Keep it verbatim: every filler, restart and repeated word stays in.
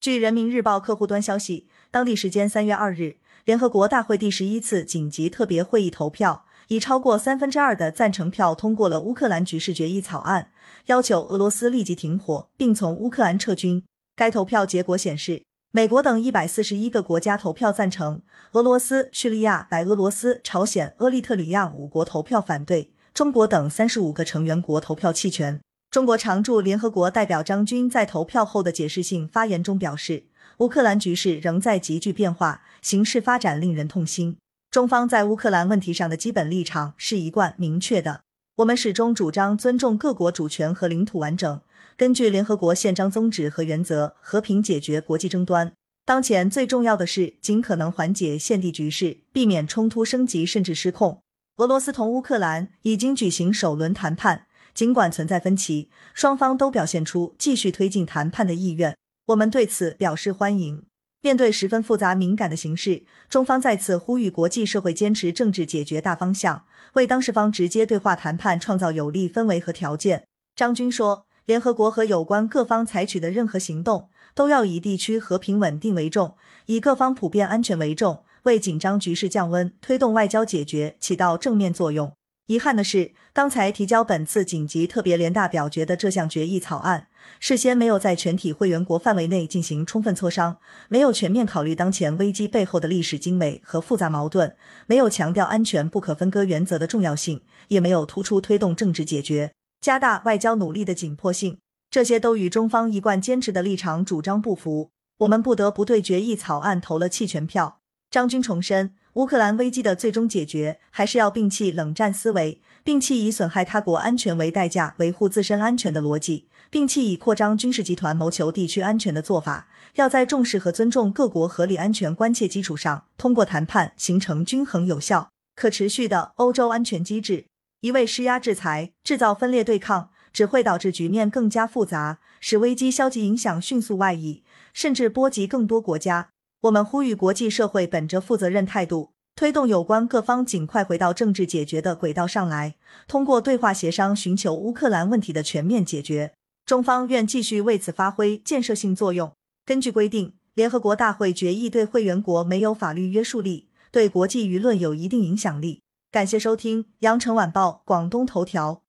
据人民日报客户端消息，当地时间三月二日，联合国大会第十一次紧急特别会议投票，以超过三分之二的赞成票通过了乌克兰局势决议草案，要求俄罗斯立即停火，并从乌克兰撤军。该投票结果显示，美国等一百四十一个国家投票赞成，俄罗斯、叙利亚、白俄罗斯、朝鲜、厄立特里亚五国投票反对，中国等三十五个成员国投票弃权。中国常驻联合国代表张军在投票后的解释性发言中表示，乌克兰局势仍在急剧变化，形势发展令人痛心。中方在乌克兰问题上的基本立场是一贯明确的，我们始终主张尊重各国主权和领土完整，根据联合国宪章宗旨和原则，和平解决国际争端。当前最重要的是尽可能缓解现地局势，避免冲突升级甚至失控。俄罗斯同乌克兰已经举行首轮谈判，尽管存在分歧，双方都表现出继续推进谈判的意愿，我们对此表示欢迎。面对十分复杂敏感的形势，中方再次呼吁国际社会坚持政治解决大方向，为当事方直接对话谈判创造有利氛围和条件。张军说，联合国和有关各方采取的任何行动都要以地区和平稳定为重，以各方普遍安全为重，为紧张局势降温、推动外交解决起到正面作用。遗憾的是，刚才提交本次紧急特别联大表决的这项决议草案，事先没有在全体会员国范围内进行充分磋商，没有全面考虑当前危机背后的历史经纬和复杂矛盾，没有强调安全不可分割原则的重要性，也没有突出推动政治解决、加大外交努力的紧迫性。这些都与中方一贯坚持的立场主张不符，我们不得不对决议草案投了弃权票。张军重申，乌克兰危机的最终解决还是要摒弃冷战思维，摒弃以损害他国安全为代价维护自身安全的逻辑，摒弃以扩张军事集团谋求地区安全的做法，要在重视和尊重各国合理安全关切基础上，通过谈判形成均衡有效、可持续的欧洲安全机制。一味施压制裁，制造分裂对抗，只会导致局面更加复杂，使危机消极影响迅速外溢，甚至波及更多国家。我们呼吁国际社会本着负责任态度，推动有关各方尽快回到政治解决的轨道上来，通过对话协商寻求乌克兰问题的全面解决。中方愿继续为此发挥建设性作用。根据规定，联合国大会决议对会员国没有法律约束力，对国际舆论有一定影响力。感谢收听羊城晚报广东头条。